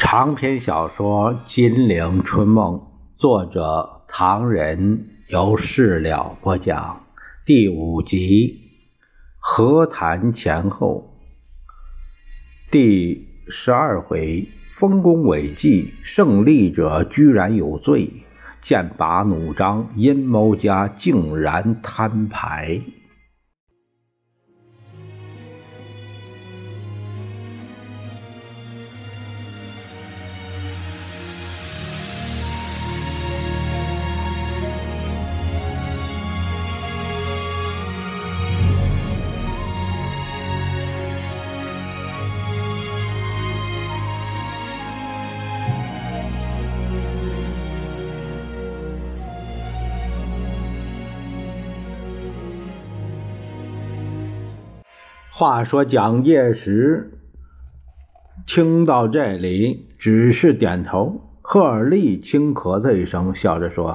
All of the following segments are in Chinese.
长篇小说《金陵春梦》，作者唐人，由事了播讲。第5集，和谈前后。第12回，丰功伟绩，胜利者居然有罪，剑拔弩张，阴谋家竟然摊牌。话说蒋介石听到这里只是点头，赫尔利轻咳嗽一声，笑着说：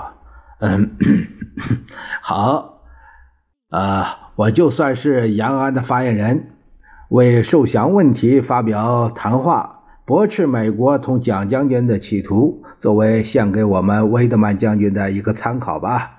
好，我就算是延安的发言人，为受降问题发表谈话，驳斥美国同蒋将军的企图，作为献给我们威德曼将军的一个参考吧。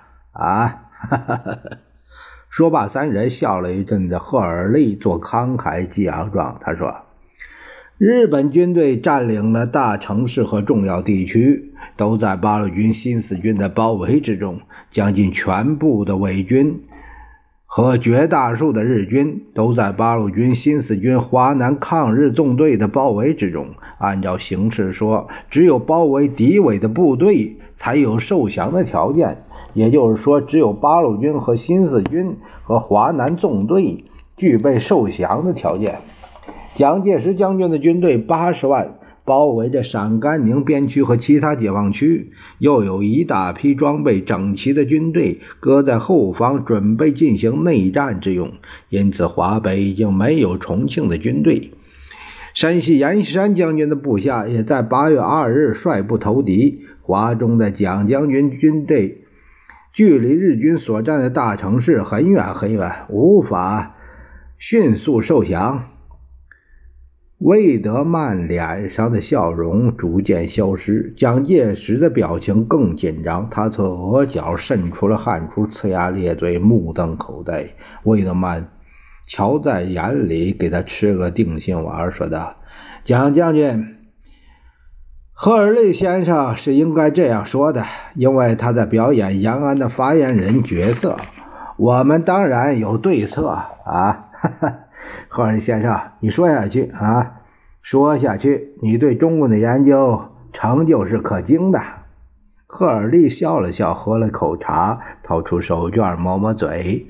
说罢，三人笑了一阵子。赫尔利做慷慨激昂状，他说：日本军队占领了大城市和重要地区，都在八路军新四军的包围之中，将近全部的伪军和绝大数的日军都在八路军新四军华南抗日纵队的包围之中。按照形势说，只有包围敌伪的部队才有受降的条件，也就是说，只有八路军和新四军和华南纵队具备受降的条件。蒋介石将军的军队80万包围着陕甘宁边区和其他解放区，又有一大批装备整齐的军队搁在后方，准备进行内战之用。因此华北已经没有重庆的军队。山西阎锡山将军的部下也在8月2日率部投敌，华中的蒋将军军队距离日军所占的大城市很远很远，无法迅速受降。魏德曼脸上的笑容逐渐消失，蒋介石的表情更紧张，他从额角渗出了汗珠，呲牙咧嘴，目瞪口呆。魏德曼瞧在眼里，给他吃个定心丸，说道：蒋将军，赫尔利先生是应该这样说的，因为他在表演延安的发言人角色，我们当然有对策赫尔利先生，你说下去说下去，你对中共的研究成就是可惊的。赫尔利笑了笑，喝了口茶，掏出手绢抹抹嘴。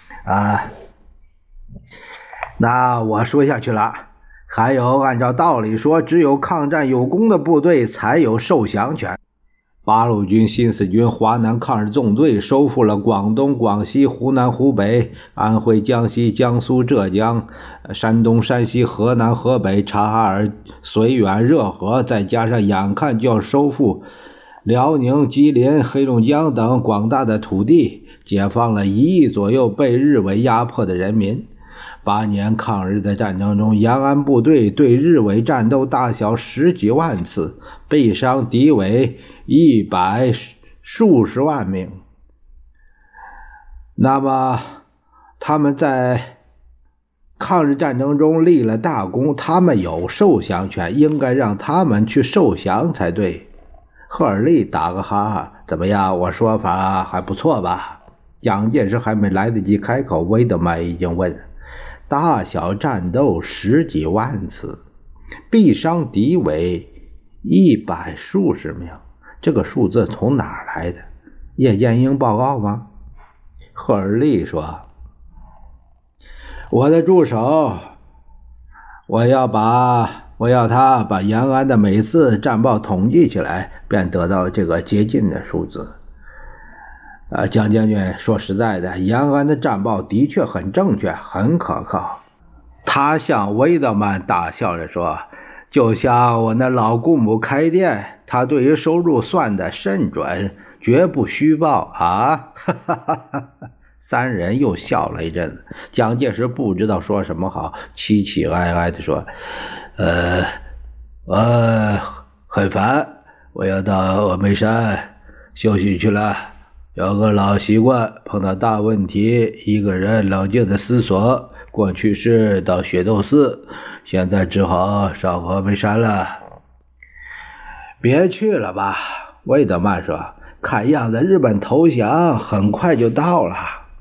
那我说下去了。还有，按照道理说，只有抗战有功的部队才有受降权。八路军新四军华南抗日纵队收复了广东、广西、湖南、湖北、安徽、江西、江苏、浙江、山东、山西、河南、河北、察哈尔、绥远、热河，再加上眼看就要收复辽宁、吉林、黑龙江等广大的土地，解放了1亿左右被日伪压迫的人民。8年抗日的战争中，延安部队对日伪战斗大小10几万次，毙伤敌伪100数十万名。那么他们在抗日战争中立了大功，他们有受降权，应该让他们去受降才对。赫尔利打个哈哈，怎么样，我说法还不错吧？蒋介石还没来得及开口，魏德曼已经问：大小战斗10几万次，毙伤敌伪100数十名，这个数字从哪儿来的？叶剑英报告吗？赫尔利说：我的助手，我要他把延安的每次战报统计起来，便得到这个接近的数字。蒋将军，说实在的，延安的战报的确很正确，很可靠。他向威德曼大笑着说：就像我那老姑母开店，他对于收入算得甚准，绝不虚报三人又笑了一阵子。蒋介石不知道说什么好，凄凄哀哀地说： 很烦，我要到峨眉山休息去了。有个老习惯，碰到大问题，一个人冷静的思索。过去是到雪窦寺，现在只好上峨眉山了。别去了吧，魏德曼说，看样子日本投降很快就到了。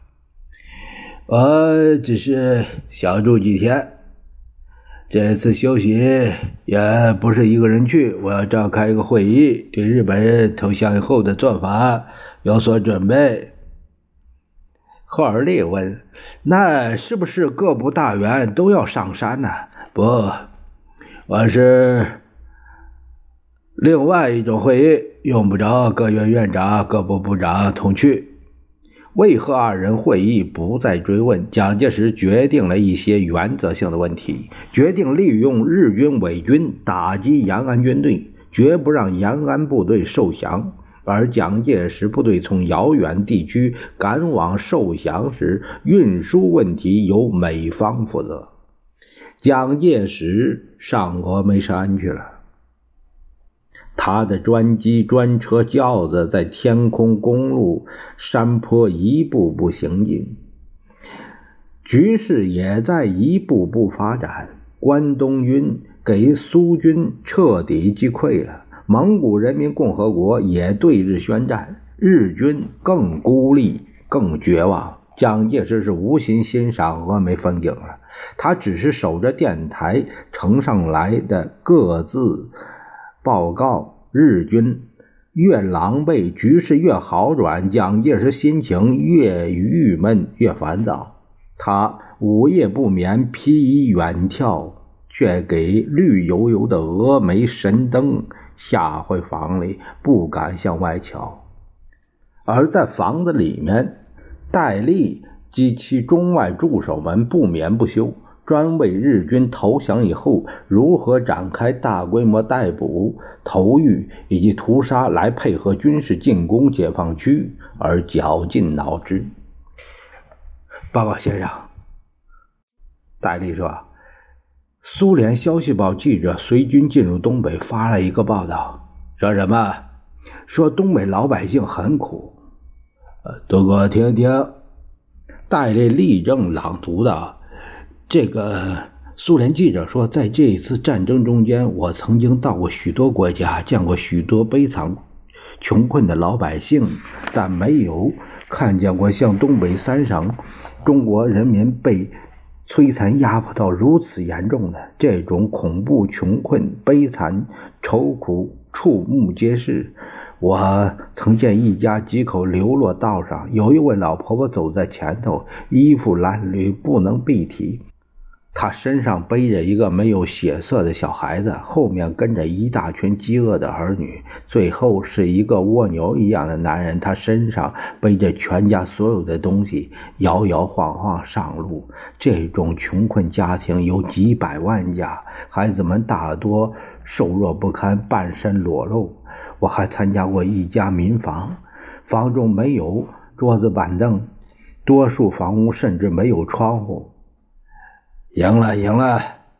我只是想住几天，这次休息也不是一个人去，我要召开一个会议，对日本人投降以后的做法有所准备。赫尔利问，那是不是各部大员都要上山呢？不，我是另外一种会议，用不着各院院长、各部部长同去。魏赫二人会议不再追问，蒋介石决定了一些原则性的问题，决定利用日军伪军打击延安军队，绝不让延安部队受降。而蒋介石部队从遥远地区赶往受降时，运输问题由美方负责。蒋介石上峨眉山去了，他的专机、专车、轿子在天空、公路、山坡一步步行进，局势也在一步步发展。关东军给苏军彻底击溃了，蒙古人民共和国也对日宣战，日军更孤立更绝望。蒋介石是无心欣赏峨眉风景了，他只是守着电台呈上来的各自报告，日军越狼狈，局势越好转，蒋介石心情越郁闷越烦躁。他午夜不眠，披衣远眺，却给绿油油的峨眉神灯吓回房里，不敢向外瞧。而在房子里面，戴笠及其中外助手们不眠不休，专为日军投降以后如何展开大规模逮捕、投狱以及屠杀来配合军事进攻解放区而绞尽脑汁。报告先生，戴笠说，苏联消息报记者随军进入东北，发了一个报道，说什么？说东北老百姓很苦。读给我听听。戴笠立正朗读道，这个苏联记者说，在这一次战争中间，我曾经到过许多国家，见过许多悲惨穷困的老百姓，但没有看见过像东北三省中国人民被摧残压迫到如此严重的这种恐怖、穷困、悲惨、愁苦，触目皆是。我曾见一家几口流落道上，有一位老婆婆走在前头，衣服褴褛，不能蔽体，她身上背着一个没有血色的小孩子，后面跟着一大群饥饿的儿女，最后是一个蜗牛一样的男人，他身上背着全家所有的东西，摇摇晃晃上路。这种穷困家庭有几百万家，孩子们大多瘦弱不堪，半身裸露。我还参加过一家民房，房中没有桌子板凳，多数房屋甚至没有窗户。赢了。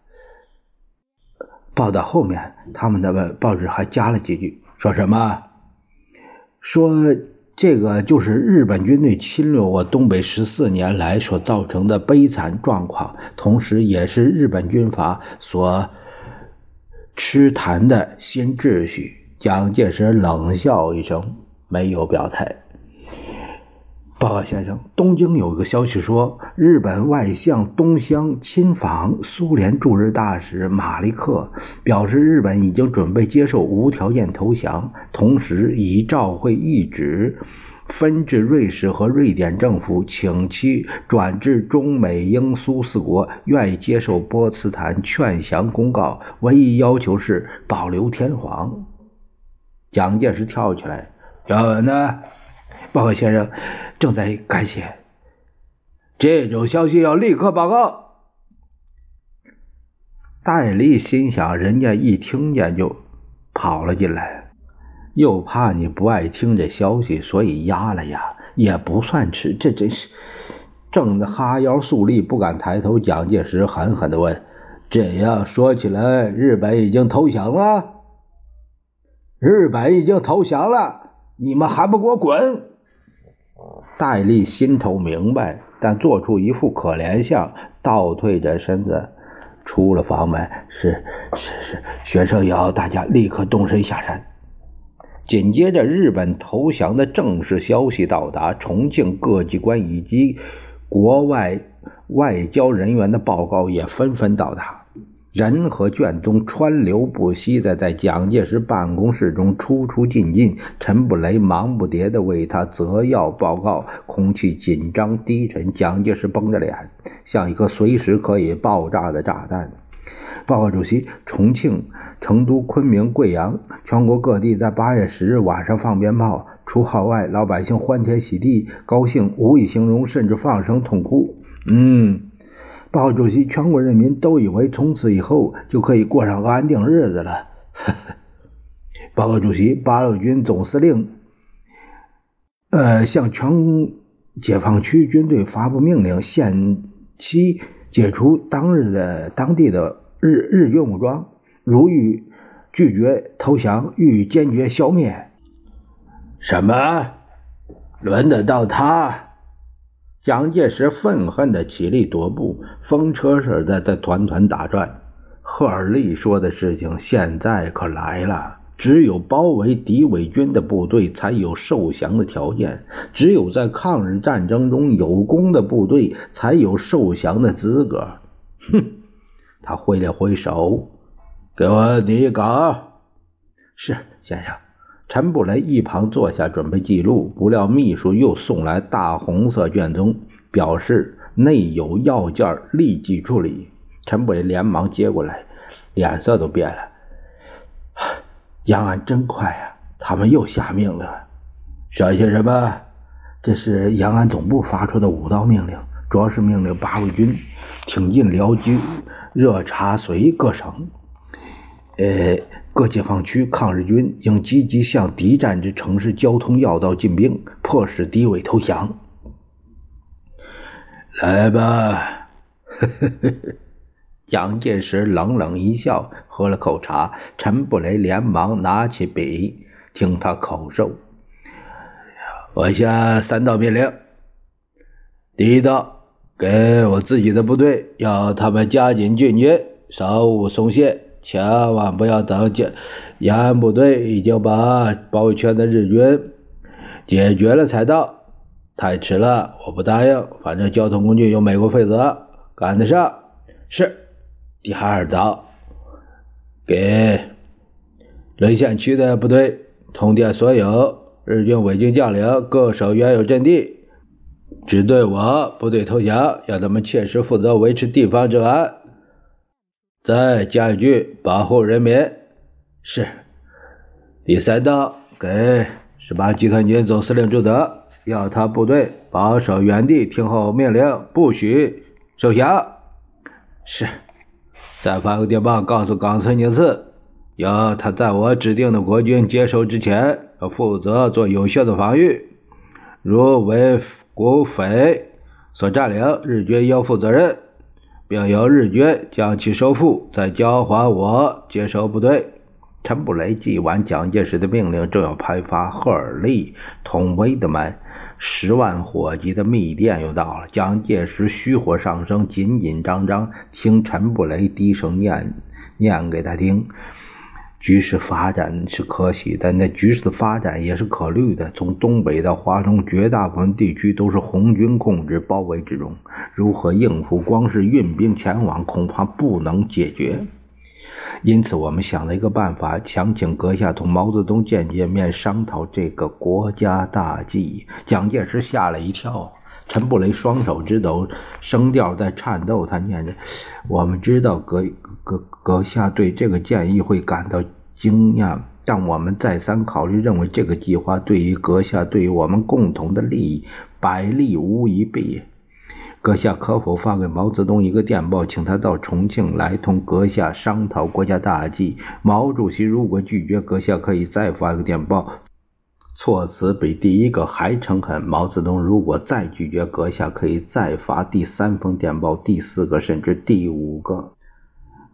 报道后面他们的报纸还加了几句，说什么？说这个就是日本军队侵略我东北14年来所造成的悲惨状况，同时也是日本军阀所吃谈的新秩序。蒋介石冷笑一声，没有表态。报告先生，东京有个消息说，日本外相东乡亲访苏联驻日大使马利克，表示日本已经准备接受无条件投降，同时已照会谕旨分至瑞士和瑞典政府，请其转至中美英苏4国，愿意接受波茨坦劝降公告，唯一要求是保留天皇。蒋介石跳起来，原文呢？报告先生，正在改写。这种消息要立刻报告。戴笠心想，人家一听见就跑了进来，又怕你不爱听这消息，所以压了压，也不算迟。这真是正的哈腰竖立，不敢抬头。蒋介石狠狠地问，这样说起来，日本已经投降了？ 日本已经投降了，你们还不给我滚！戴笠心头明白，但做出一副可怜相，倒退着身子出了房门。是，学生要大家立刻动身下山。紧接着，日本投降的正式消息到达，重庆各机关以及国外外交人员的报告也纷纷到达。人和卷宗川流不息的在蒋介石办公室中出进进，陈布雷忙不迭地为他择要报告，空气紧张低沉，蒋介石绷着脸，像一颗随时可以爆炸的炸弹。报告主席，重庆、成都、昆明、贵阳，全国各地在8月10日晚上放鞭炮，除号外，老百姓欢天喜地，高兴无以形容，甚至放声痛哭。报告主席，全国人民都以为从此以后就可以过上安定日子了。报告主席，八路军总司令向全解放区军队发布命令，限期解除当地的日军武装，如欲拒绝投降，予以坚决消灭。什么？轮得到他？蒋介石愤恨地起立踱步，风车似的在团团打转。赫尔利说的事情现在可来了，只有包围敌伪军的部队才有受降的条件，只有在抗日战争中有功的部队才有受降的资格。他挥了挥手，给我拟稿。是，先生。陈布雷一旁坐下准备记录，不料秘书又送来大红色卷宗，表示内有要件，立即处理。陈布雷连忙接过来，脸色都变了。杨安真快啊，他们又下命令了。说些什么？这是杨安总部发出的5道命令，主要是命令八路军挺进辽局、热察绥各省。各解放区抗日军应积极向敌占之城市交通要道进兵，迫使敌伪投降。来吧。蒋介石冷冷一笑，喝了口茶。陈布雷连忙拿起笔听他口授。我下3道命令。第1道，给我自己的部队，要他们加紧进军，稍勿松懈，千万不要等延安部队已经把包围圈的日军解决了才到，太迟了我不答应，反正交通工具由美国负责，赶得上。是。第2道，给沦陷区的部队通电所有日军伪军将领，各守原有阵地，只对我部队投降，让他们切实负责维持地方治安。再加一句，保护人民。是。第3道，给18集团军总司令朱德，要他部队保守原地，听候命令，不许受降。是。再发个电报告诉冈村宁次，要他在我指定的国军接收之前，要负责做有效的防御，如为国匪所占领，日军要负责任，并由日军将其收复，再交还我接收部队。陈布雷记完蒋介石的命令，正要派发赫尔利、统威德曼10万火急的密电又到了。蒋介石虚火上升，紧紧张张听陈布雷低声念给他听。局势发展是可喜，但那局势的发展也是可虑的。从东北到华中，绝大部分地区都是红军控制包围之中，如何应付，光是运兵前往恐怕不能解决。因此我们想了一个办法，想请阁下同毛泽东见面，商讨这个国家大计。蒋介石吓了一跳，陈布雷双手直抖，声调在颤抖，他念着：我们知道阁下对这个建议会感到惊讶，但我们再三考虑，认为这个计划对于阁下，对于我们共同的利益，百利无一弊。阁下可否发给毛泽东一个电报，请他到重庆来同阁下商讨国家大计？毛主席如果拒绝，阁下可以再发一个电报，措辞比第1个还诚恳。毛泽东如果再拒绝，阁下可以再发第3封电报，第4个甚至第5个。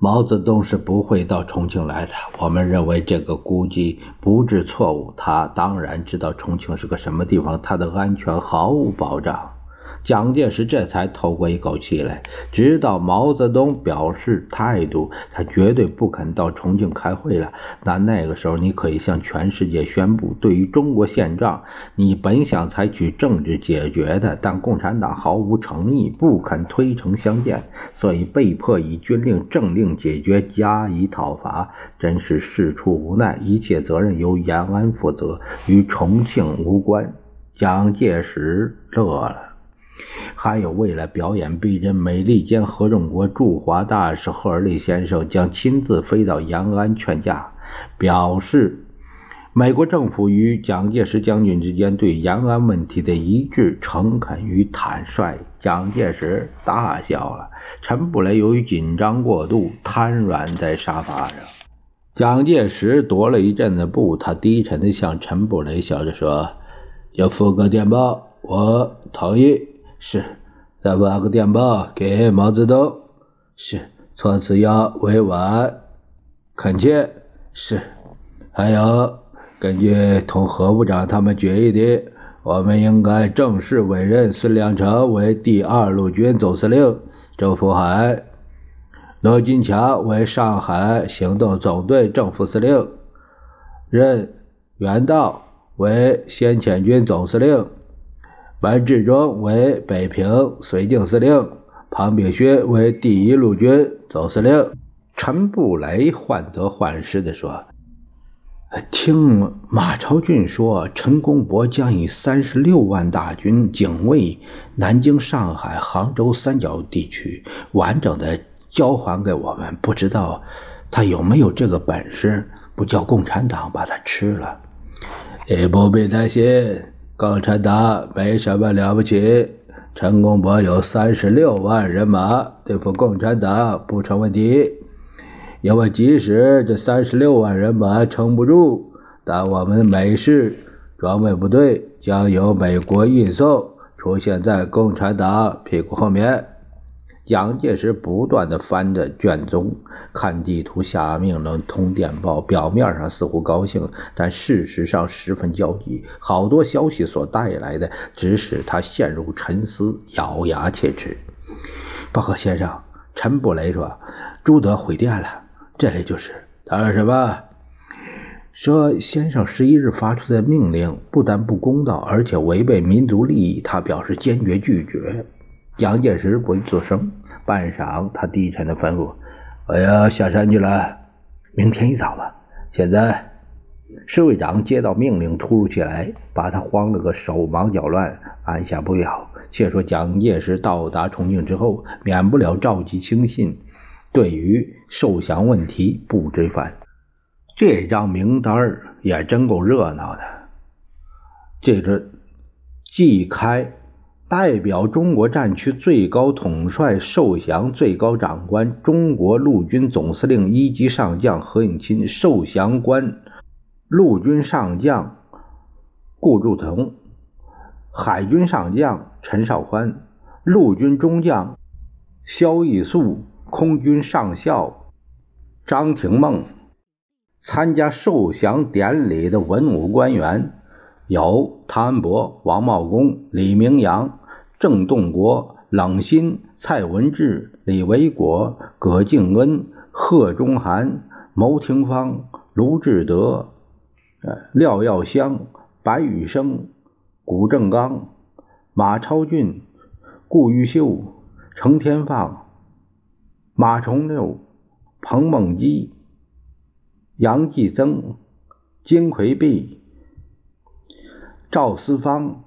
毛泽东是不会到重庆来的，我们认为这个估计不致错误。他当然知道重庆是个什么地方，他的安全毫无保障。蒋介石这才透过一口气来，直到毛泽东表示态度，他绝对不肯到重庆开会了。那个时候你可以向全世界宣布，对于中国现状，你本想采取政治解决的，但共产党毫无诚意，不肯推诚相见，所以被迫以军令政令解决，加以讨伐，真是事出无奈，一切责任由延安负责，与重庆无关。蒋介石乐了。还有为了表演逼真，美利坚合众国驻华大使赫尔利先生将亲自飞到延安劝架，表示美国政府与蒋介石将军之间对延安问题的一致诚恳与坦率。蒋介石大笑了，陈布雷由于紧张过度瘫软在沙发上。蒋介石踱了一阵子步，他低沉地向陈布雷笑着说：要复个电报，我同意。是，再发个电报给毛泽东。是，措辞要委婉恳切。是，还有根据同何部长他们决议的，我们应该正式委任孙良诚为第2路军总司令，周福海、罗金强为上海行动总队正副司令，任袁道为先遣军总司令，班志忠为北平绥靖司令，庞炳勋为第1路军总司令。陈布雷患得患失地说：听马超俊说，陈公博将以36万大军警卫南京、上海、杭州三角地区，完整的交还给我们，不知道他有没有这个本事，不叫共产党把他吃了。你不必担心，共产党没什么了不起，陈公博有36万人马，对付共产党不成问题。因为即使这36万人马撑不住，但我们美式装备部队将由美国运送，出现在共产党屁股后面。蒋介石不断地翻着卷宗，看地图，下命令，通电报，表面上似乎高兴，但事实上十分焦急。好多消息所带来的只使他陷入沉思，咬牙切齿。报告先生，陈布雷说朱德回电了。这里就是。他说什么？说先生11日发出的命令不但不公道，而且违背民族利益，他表示坚决拒绝。蒋介石不作声，半晌他低沉的吩咐：我要下山去了，明天一早吧。现在侍卫长接到命令突如其来，把他慌了个手忙脚乱，按下不表。且说蒋介石到达重庆之后，免不了召集亲信，对于受降问题不追烦。这张名单也真够热闹的。这个季开代表中国战区最高统帅受降最高长官，中国陆军总司令1级上将何应钦，受降官陆军上将顾祝同，海军上将陈绍宽，陆军中将萧翼肃，空军上校张廷梦。参加受降典礼的文武官员有汤恩伯、王茂公、李明阳、郑洞国、冷心、蔡文治、李维果、葛敬恩、贺中涵、牟廷芳、卢志德、廖耀湘、白羽生、谷正刚、马超俊、顾玉秀、程天放、马崇六、彭梦基、杨继增、金奎弼、赵思芳、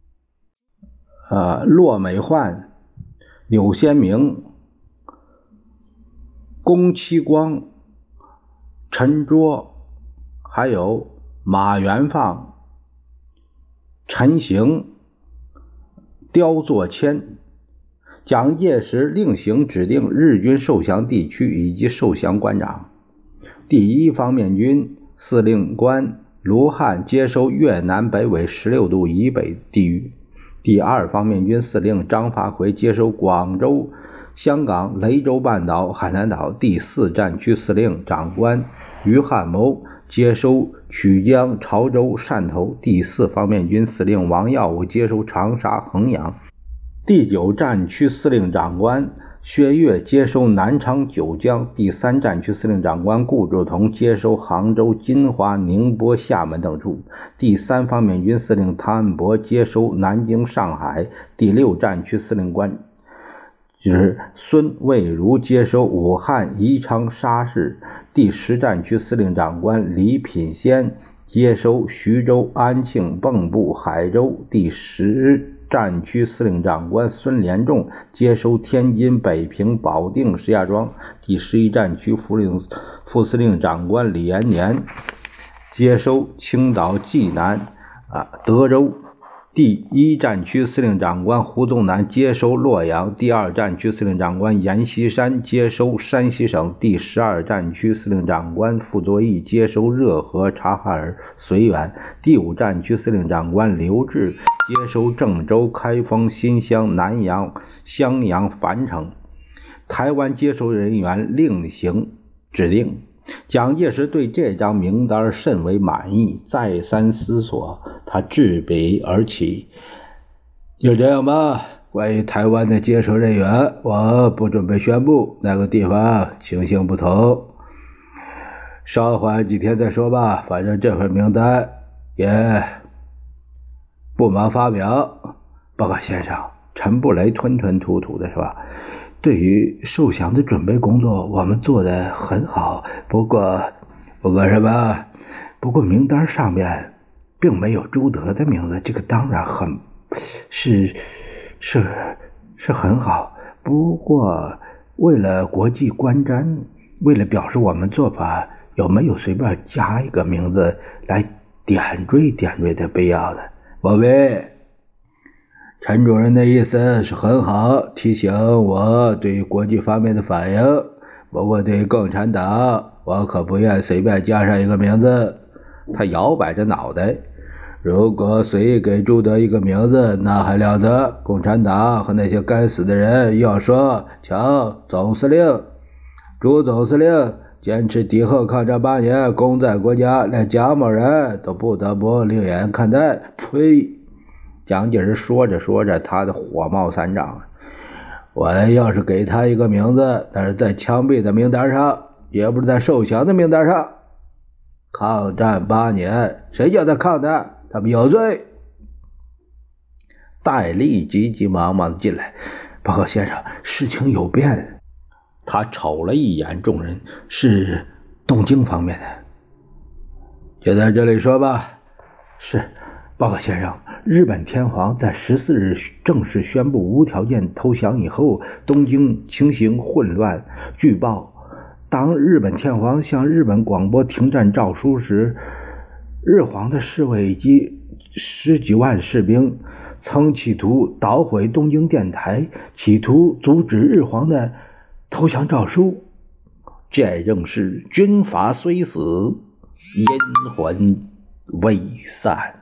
骆美焕、柳先明、龚其光、陈卓，还有马元放、陈行、刁作谦。蒋介石另行指定日军受降地区以及受降官长。第1方面军司令官卢汉接收越南北纬16度以北地域，第2方面军司令张发奎接收广州香港雷州半岛、海南岛第4战区司令长官于汉谋接收曲江、潮州、汕头；第4方面军司令王耀武接收长沙、衡阳；第9战区司令长官薛岳接收南昌、九江；第3战区司令长官顾祝同接收杭州、金华、宁波、厦门等处；第3方面军司令汤恩伯接收南京、上海；第6战区司令官孙蔚如接收武汉、宜昌、沙市；第10战区司令长官李品仙接收徐州、安庆、蚌埠、海州；第10战区司令长官孙连仲接收天津、北平、保定、石家庄；第11战区副司令长官李延年接收青岛、济南、德州；第1战区司令长官胡宗南接收洛阳；第2战区司令长官阎锡山接收山西省；第12战区司令长官傅作义接收热河、察哈尔、绥远；第5战区司令长官刘峙接收郑州、开封、新乡、南阳、襄阳、樊城。台湾接收人员另行指定。蒋介石对这张名单甚为满意，再三思索，他执笔而起：就这样吧，关于台湾的接收人员，我不准备宣布，那个地方情形不同，稍缓几天再说吧，反正这份名单也不忙发表。报告先生，陈布雷吞吞吐吐的说，对于受降的准备工作我们做得很好，不过什么？不过名单上面并没有朱德的名字，这个当然是很好，不过为了国际观瞻，为了表示我们做法有没有随便加一个名字来点缀的必要的？宝贝，陈主任的意思是很好，提醒我对国际方面的反应，不过对共产党我可不愿随便加上一个名字。他摇摆着脑袋，如果随意给朱德一个名字那还了得，共产党和那些该死的人要说，瞧，总司令朱总司令坚持敌后抗战8年，功在国家，连蒋某人都不得不另眼看待。呸！蒋介石说着他的火冒三丈，我要是给他一个名字，但是在枪毙的名单上，也不是在受降的名单上。抗战8年，谁叫他抗战？他们有罪。戴笠急急忙忙进来，报告先生，事情有变。他瞅了一眼众人，是东京方面的。就在这里说吧。是，报告先生，日本天皇在14日正式宣布无条件投降以后，东京情形混乱。据报，当日本天皇向日本广播停战诏书时，日皇的侍卫及10几万士兵曾企图捣毁东京电台，企图阻止日皇的投降诏书。这正是军阀虽死，阴魂未散。